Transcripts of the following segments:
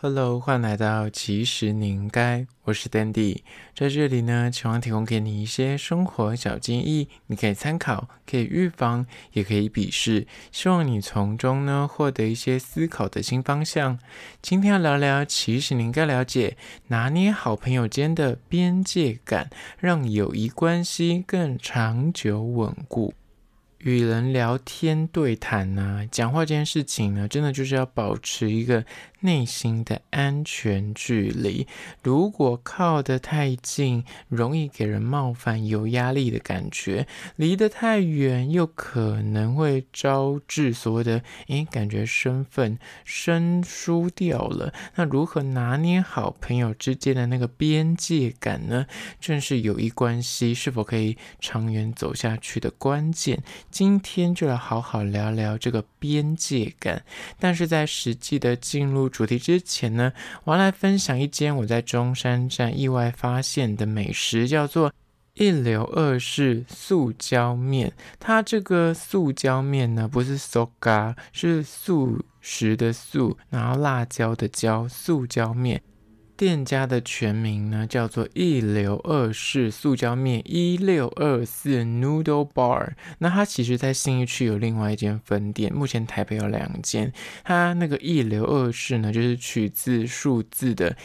Hello，欢迎来到其实你应该，我是 Dandy， 在这里呢，希望提供给你一些生活小建议，你可以参考，可以预防，也可以比视，希望你从中呢获得一些思考的新方向。今天要聊聊，其实你应该了解，拿捏好朋友间的边界感，让友谊关系更长久稳固。与人聊天对谈啊，讲话这件事情呢，真的就是要保持一个内心的安全距离。如果靠得太近，容易给人冒犯、有压力的感觉；离得太远，又可能会招致所谓的感觉身份生疏掉了。那如何拿捏好朋友之间的那个边界感呢？正是友谊关系是否可以长远走下去的关键。今天就来好好聊聊这个边界感，但是在实际的进入主题之前呢，我要来分享一间我在中山站意外发现的美食，叫做一流二式塑胶面。它这个塑胶面呢，不是 soga， 是素食的素，然后辣椒的椒，塑胶面。店家的全名呢叫做一流二式塑胶面1624 Noodle Bar。 那它其实在信义区有另外一间分店，目前台北有2间。它那个一流二式呢，就是取自数字的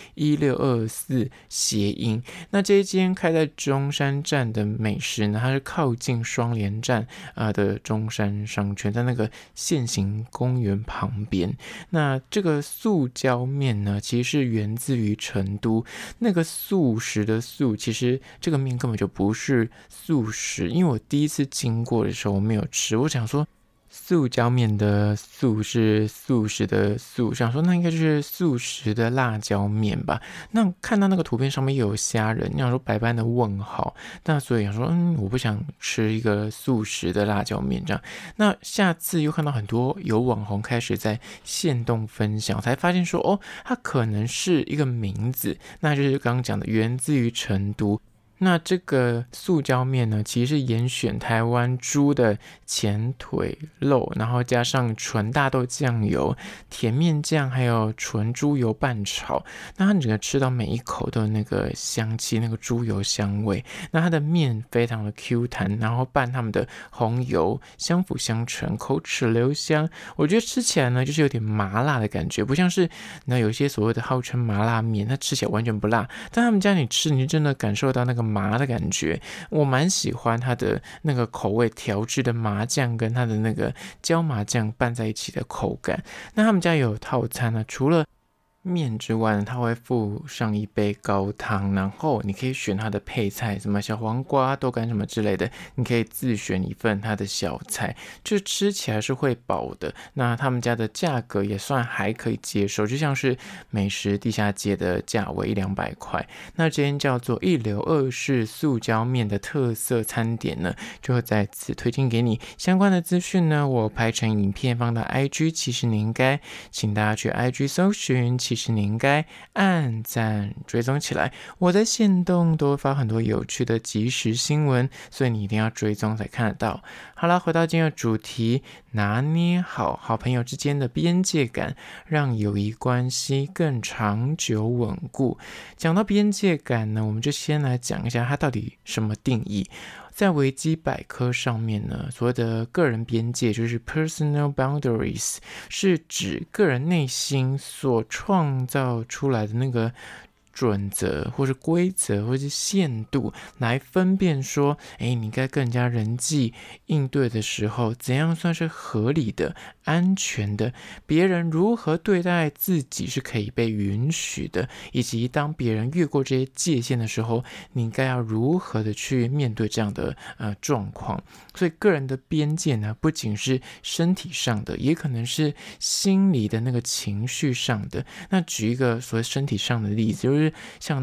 1624谐音。那这一间开在中山站的美食呢，它是靠近双连站的中山商圈，在那个现行公园旁边。那这个塑胶面呢，其实是源自于成都，那个素食的素，其实这个面根本就不是素食，因为我第一次经过的时候我没有吃，我想说塑胶面的素是素食的素，想说那应该就是素食的辣椒面吧。那看到那个图片上面又有虾仁，想说百般的问号，那所以想说我不想吃一个素食的辣椒面这样。那下次又看到很多有网红开始在限动分享，才发现说它可能是一个名字，那就是刚刚讲的源自于成都。那这个塑胶面呢，其实是严选台湾猪的前腿肉，然后加上纯大豆酱油、甜面酱，还有纯猪油拌炒。那它整个吃到每一口都有那个香气，那个猪油香味。那它的面非常的 Q 弹，然后拌他们的红油，相辅相成，口齿留香。我觉得吃起来呢，就是有点麻辣的感觉，不像是有一些所谓的号称麻辣面，它吃起来完全不辣，但他们家你吃，你就真的感受到那个麻的感觉。我蛮喜欢它的那个口味调制的麻酱跟它的那个椒麻酱拌在一起的口感。那他们家有套餐呢，除了面之外呢，它会附上一杯高汤，然后你可以选它的配菜，什么小黄瓜、豆干什么之类的，你可以自选一份它的小菜，就吃起来是会饱的。那他们家的价格也算还可以接受，就像是美食地下街的价位100-200块。那这间叫做一流二式塑胶面的特色餐点呢，就会在此推荐给你。相关的资讯呢，我拍成影片放到 IG， 其实你应该请大家去 IG 搜寻，其实你应该按赞追踪起来，我的限动都会发很多有趣的即时新闻，所以你一定要追踪才看得到。好啦，回到今天的主题，拿捏好好朋友之间的边界感，让友谊关系更长久稳固。讲到边界感呢，我们就先来讲一下它到底什么定义。在维基百科上面呢，所谓的个人边界就是 personal boundaries， 是指个人内心所创造出来的那个准则或是规则或是限度，来分辨说你该跟人家人际应对的时候，怎样算是合理的、安全的，别人如何对待自己是可以被允许的，以及当别人越过这些界限的时候，你应该要如何的去面对这样的状况。所以个人的边界呢，不仅是身体上的，也可能是心理的那个情绪上的。那举一个所谓身体上的例子，就是像那种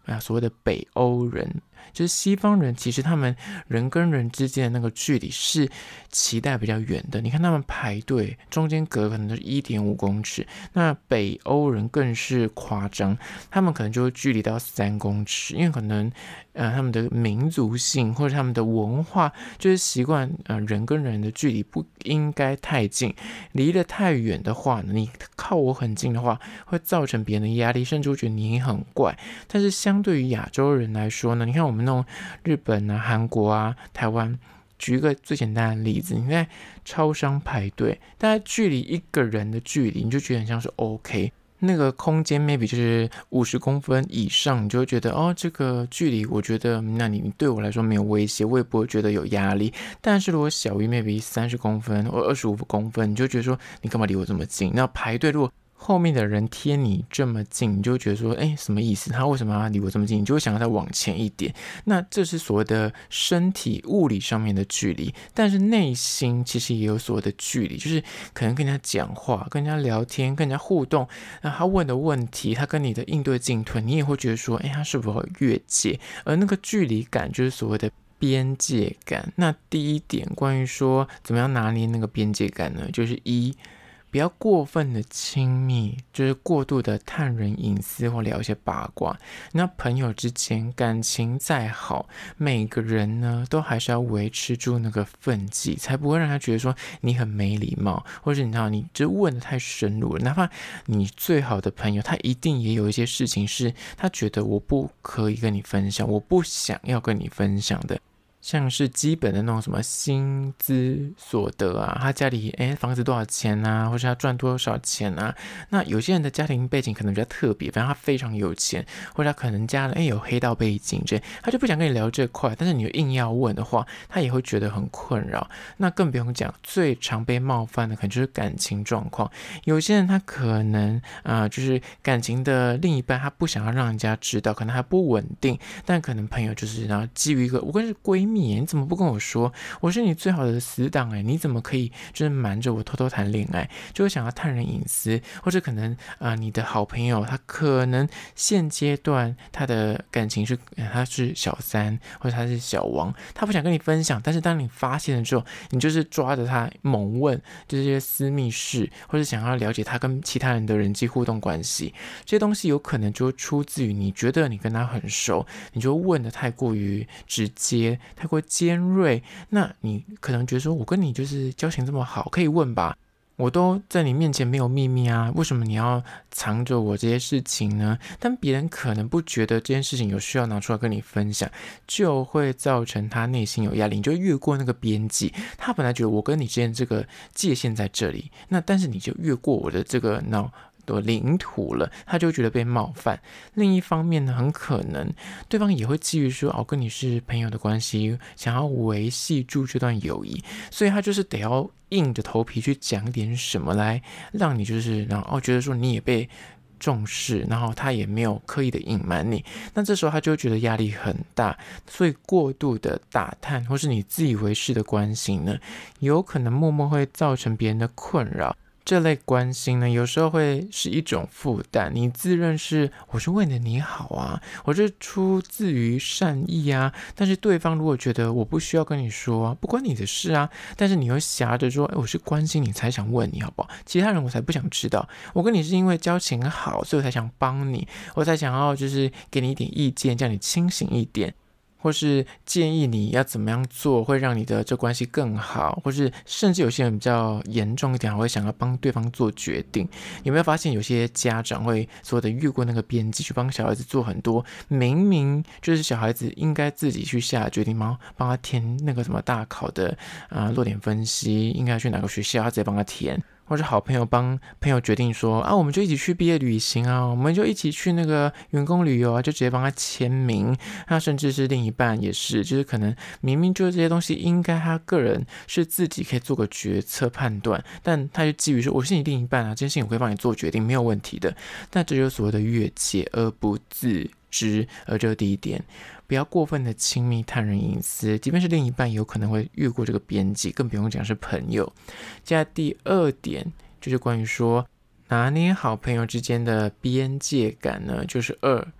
所谓的北欧人。就是西方人，其实他们人跟人之间的那个距离是期待比较远的。你看他们排队，中间隔可能是1.5公尺，那北欧人更是夸张，他们可能就会距离到3公尺，因为可能他们的民族性或者他们的文化就是习惯人跟人的距离不应该太近，离得太远的话呢，你靠我很近的话，会造成别人的压力，甚至会觉得你很怪。但是相对于亚洲人来说呢，你看我们那种日本啊、韩国啊、台湾，举一个最简单的例子，你在超商排队，大概距离一个人的距离，你就觉得很像是 OK。那个空间 maybe 就是50公分以上，你就会觉得这个距离我觉得那你对我来说没有威胁，我也不会觉得有压力。但是如果小于 maybe 30公分或25公分，你就觉得说你干嘛离我这么近？那排队如果后面的人贴你这么近，你就会觉得说什么意思？他为什么要离我这么近？你就会想要再往前一点。那这是所谓的身体物理上面的距离，但是内心其实也有所谓的距离，就是可能跟人家讲话、跟人家聊天、跟人家互动，那他问的问题，他跟你的应对进退，你也会觉得说他是否有越界？而那个距离感就是所谓的边界感。那第一点关于说怎么样拿捏那个边界感呢，就是不要过分的亲密，就是过度的探人隐私或聊一些八卦。那朋友之间感情再好，每个人呢都还是要维持住那个分际，才不会让他觉得说你很没礼貌，或者你知道你这问的太深入了。哪怕你最好的朋友，他一定也有一些事情是他觉得我不可以跟你分享，我不想要跟你分享的。像是基本的那种什么薪资所得啊，他家里房子多少钱啊，或是他赚多少钱啊。那有些人的家庭背景可能比较特别，反正他非常有钱，或者他可能家人有黑道背景这，他就不想跟你聊这块。但是你硬要问的话，他也会觉得很困扰。那更不用讲，最常被冒犯的可能就是感情状况。有些人他可能就是感情的另一半，他不想要让人家知道，可能还不稳定，但可能朋友就是然后基于一个我跟是闺蜜，你怎么不跟我说？我是你最好的死党你怎么可以就是瞒着我偷偷谈恋爱？就会想要探人隐私，或者可能你的好朋友他可能现阶段他的感情是他是小三或者他是小王，他不想跟你分享，但是当你发现了之后，你就是抓着他猛问，就是这些私密事，或者想要了解他跟其他人的人际互动关系，这些东西有可能就出自于你觉得你跟他很熟，你就问的太过于直接，太过尖锐，那你可能觉得说我跟你就是交情这么好，可以问吧，我都在你面前没有秘密啊，为什么你要藏着我这些事情呢？但别人可能不觉得这件事情有需要拿出来跟你分享，就会造成他内心有压力，你就越过那个边际。他本来觉得我跟你之间这个界限在这里，那但是你就越过我的这个的领土了，他就觉得被冒犯。另一方面呢，很可能对方也会基于说跟你是朋友的关系，想要维系住这段友谊，所以他就是得要硬着头皮去讲点什么来让你就是然后觉得说你也被重视，然后他也没有刻意的隐瞒你，那这时候他就会觉得压力很大。所以过度的打探或是你自以为是的关心呢，有可能默默会造成别人的困扰。这类关心呢，有时候会是一种负担。你自认是我是为了你好啊，我是出自于善意啊，但是对方如果觉得我不需要跟你说，不关你的事啊，但是你又挟着说，我是关心你才想问你好不好？其他人我才不想知道，我跟你是因为交情好，所以我才想帮你，我才想要就是给你一点意见，叫你清醒一点。或是建议你要怎么样做会让你的这关系更好，或是甚至有些人比较严重一点，还会想要帮对方做决定。有没有发现有些家长会所有的越过那个边际去帮小孩子做很多明明就是小孩子应该自己去下决定吗？帮他填那个什么大考的落点分析，应该去哪个学校，他直接帮他填。或者好朋友帮朋友决定说我们就一起去毕业旅行啊，我们就一起去那个员工旅游啊，就直接帮他签名。那甚至是另一半也是，就是可能明明就是这些东西应该他个人是自己可以做个决策判断，但他就基于说我是你另一半啊，这件事情我可以帮你做决定，没有问题的。那这就是所谓的越界而不自知，而这是第一点。不要过分的亲密探人隐私，即便是另一半有可能会越过这个边际，更不用讲是朋友。接下来第二点就是关于说拿捏好朋友之间的边界感呢，就是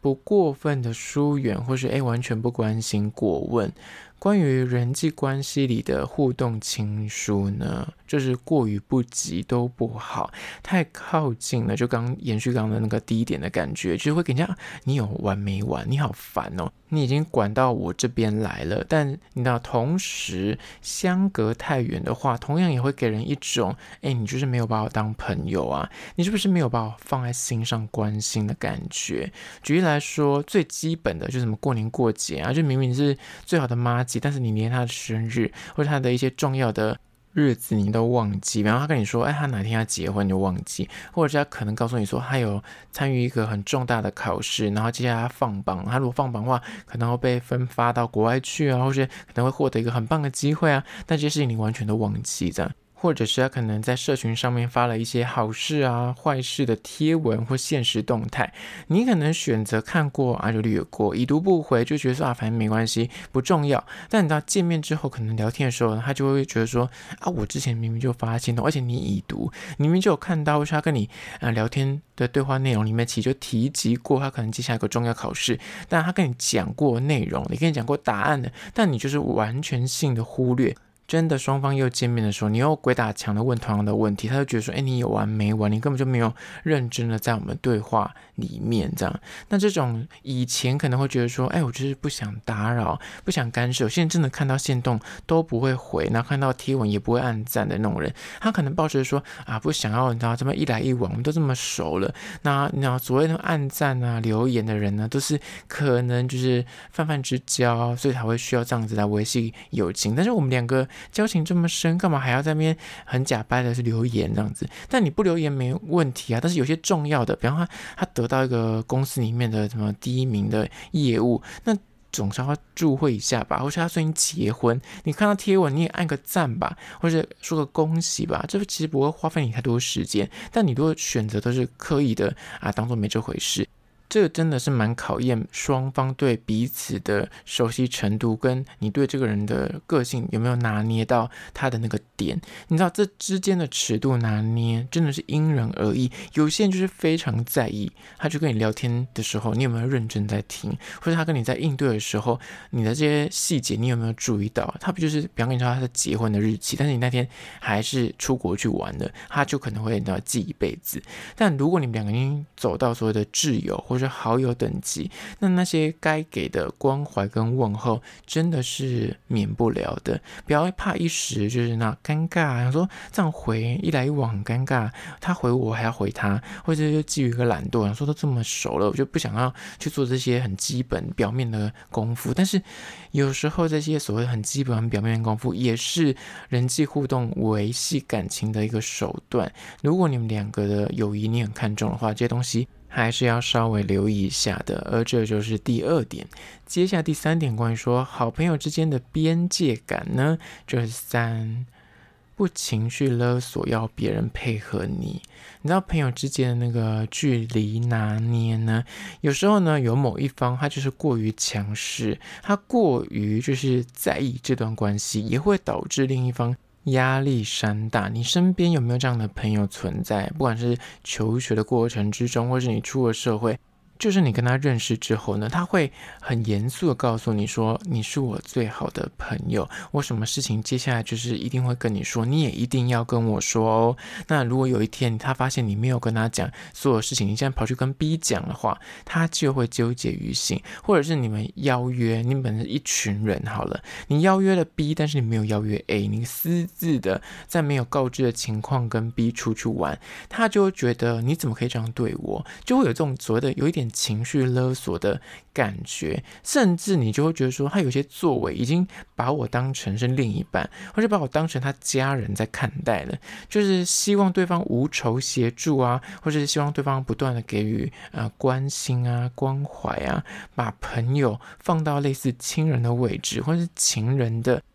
不过分的疏远，或是完全不关心过问。关于人际关系里的互动亲疏呢，就是过于不及都不好，太靠近了，就延续刚刚的那个第一点的感觉，就是会给人家你有完没完，你好烦哦，你已经管到我这边来了。但你知道，同时相隔太远的话，同样也会给人一种，你就是没有把我当朋友啊，你是不是没有把我放在心上关心的感觉？举例来说，最基本的就是什么过年过节啊，就明明是最好的妈吉，但是你连他的生日或者他的一些重要的日子你都忘记，然后他跟你说，他哪天要结婚你就忘记，或者是他可能告诉你说他有参与一个很重大的考试，然后接下来他放榜，他如果放榜的话，可能会被分发到国外去啊，或者可能会获得一个很棒的机会啊，但这些事情你完全都忘记这样。或者是他可能在社群上面发了一些好事啊、坏事的贴文或现实动态，你可能选择看过就略过，已读不回，就觉得说反正没关系，不重要。但你到见面之后，可能聊天的时候，他就会觉得说我之前明明就发现了，而且你已读，你明明就有看到，或是他跟你聊天的对话内容里面其实就提及过，他可能接下来有个重要考试，但他跟你讲过内容，你跟你讲过答案的，但你就是完全性的忽略。真的双方又见面的时候，你又鬼打墙的问同样的问题，他就觉得说你有完没完，你根本就没有认真的在我们对话里面这样。那这种以前可能会觉得说我就是不想打扰，不想干涉，现在真的看到限动都不会回，然后看到贴文也不会按赞的那种人，他可能抱着说不想要你知道这么一来一往，我们都这么熟了，那你知道所谓的按赞啊留言的人呢，都是可能就是泛泛之交，所以才会需要这样子来维系友情。但是我们两个交情这么深，干嘛还要在那边很假掰的留言这样子？但你不留言没问题啊，但是有些重要的，比方说他得到一个公司里面的什么第一名的业务，那总是要祝贺一下吧，或是他最近结婚，你看到贴文你也按个赞吧，或者说个恭喜吧，这其实不会花费你太多时间，但你如果选择都是刻意的当做没这回事，这个真的是蛮考验双方对彼此的熟悉程度，跟你对这个人的个性有没有拿捏到他的那个点。你知道这之间的尺度拿捏真的是因人而异，有些人就是非常在意，他就跟你聊天的时候你有没有认真在听，或者他跟你在应对的时候你的这些细节你有没有注意到，他不就是比方跟你说他是结婚的日期，但是你那天还是出国去玩的，他就可能会记一辈子。但如果你们两个已经走到所谓的挚友或者好友等级，那些该给的关怀跟问候真的是免不了的，不要怕一时就是那尴尬，想说这样回一来一往很尴尬，他回我还要回他，或者就基于一个懒惰，想说都这么熟了，我就不想要去做这些很基本表面的功夫。但是有时候这些所谓很基本很表面的功夫也是人际互动维系感情的一个手段，如果你们两个的友谊你很看重的话，这些东西还是要稍微留意一下的。而这就是第二点。接下来第三点，关于说好朋友之间的边界感呢，就是3，不情绪勒索要别人配合你。你知道朋友之间的那个距离拿捏呢，有时候呢有某一方他就是过于强势，他过于就是在意这段关系，也会导致另一方压力山大。你身边有没有这样的朋友存在？不管是求学的过程之中，或是你出了社会，就是你跟他认识之后呢，他会很严肃的告诉你说，你是我最好的朋友，我什么事情接下来就是一定会跟你说，你也一定要跟我说哦。那如果有一天他发现你没有跟他讲所有事情，你现在跑去跟 B 讲的话，他就会纠结于心。或者是你们邀约，你们是一群人好了，你邀约了 B， 但是你没有邀约 A， 你私自的在没有告知的情况跟 B 出去玩，他就会觉得你怎么可以这样对我，就会有这种所谓的有一点情绪勒索的感觉，甚至你就会觉得说他有些作为已经把我当成是另一半，或者把我当成他家人在看待了，就是希望对方无酬协助啊，或者是希望对方不断的给予关心啊、关怀啊，把朋友放到类似亲人的位置，或者是情人的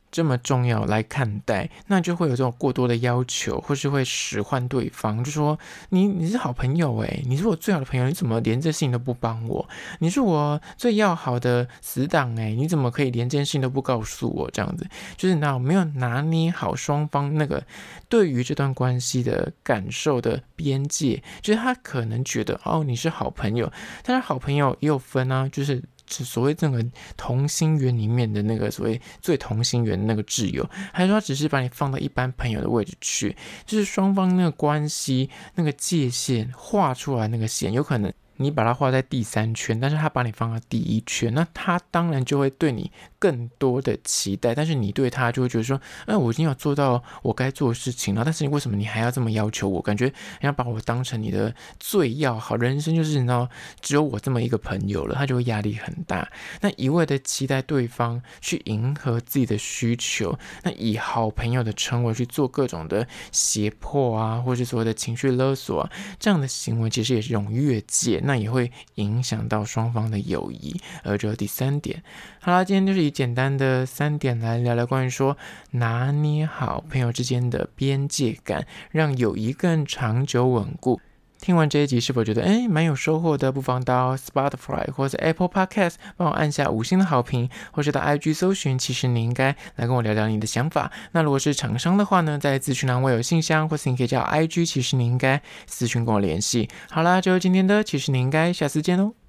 这么重要来看待，那就会有这种过多的要求，或是会使唤对方，就说你是好朋友你是我最好的朋友，你怎么连这事情都不帮我？你是我最要好的死党你怎么可以连这件事情都不告诉我？这样子就是没有拿捏好双方那个对于这段关系的感受的边界，就是他可能觉得你是好朋友，但是好朋友也有分啊，就是所谓这个同心圆里面的那个所谓最同心圆的那个挚友，还是说他只是把你放到一般朋友的位置去，就是双方那个关系那个界限画出来那个线，有可能你把它画在第3圈，但是他把你放到第1圈，那他当然就会对你更多的期待，但是你对他就会觉得说，我已经有做到我该做的事情了，但是为什么你还要这么要求我？感觉你要把我当成你的最要好，人生就是你知道只有我这么一个朋友了，他就会压力很大。那一味的期待对方去迎合自己的需求，那以好朋友的称谓去做各种的胁迫啊，或是所谓的情绪勒索啊，这样的行为其实也是一种越界，那也会影响到双方的友谊。而这第3点，好啦，今天就是以简单的3点来聊聊关于说拿捏好朋友之间的边界感，让友谊更长久稳固。听完这一集是否觉得蛮有收获的？不妨到 Spotify 或者 Apple Podcast 帮我按下5星的好评，或是到 IG 搜寻其实你应该来跟我聊聊你的想法。那如果是厂商的话呢，在资讯栏我有信箱，或是你可以叫 IG 其实你应该私讯跟我联系。好啦，就是今天的其实你应该，下次见哦。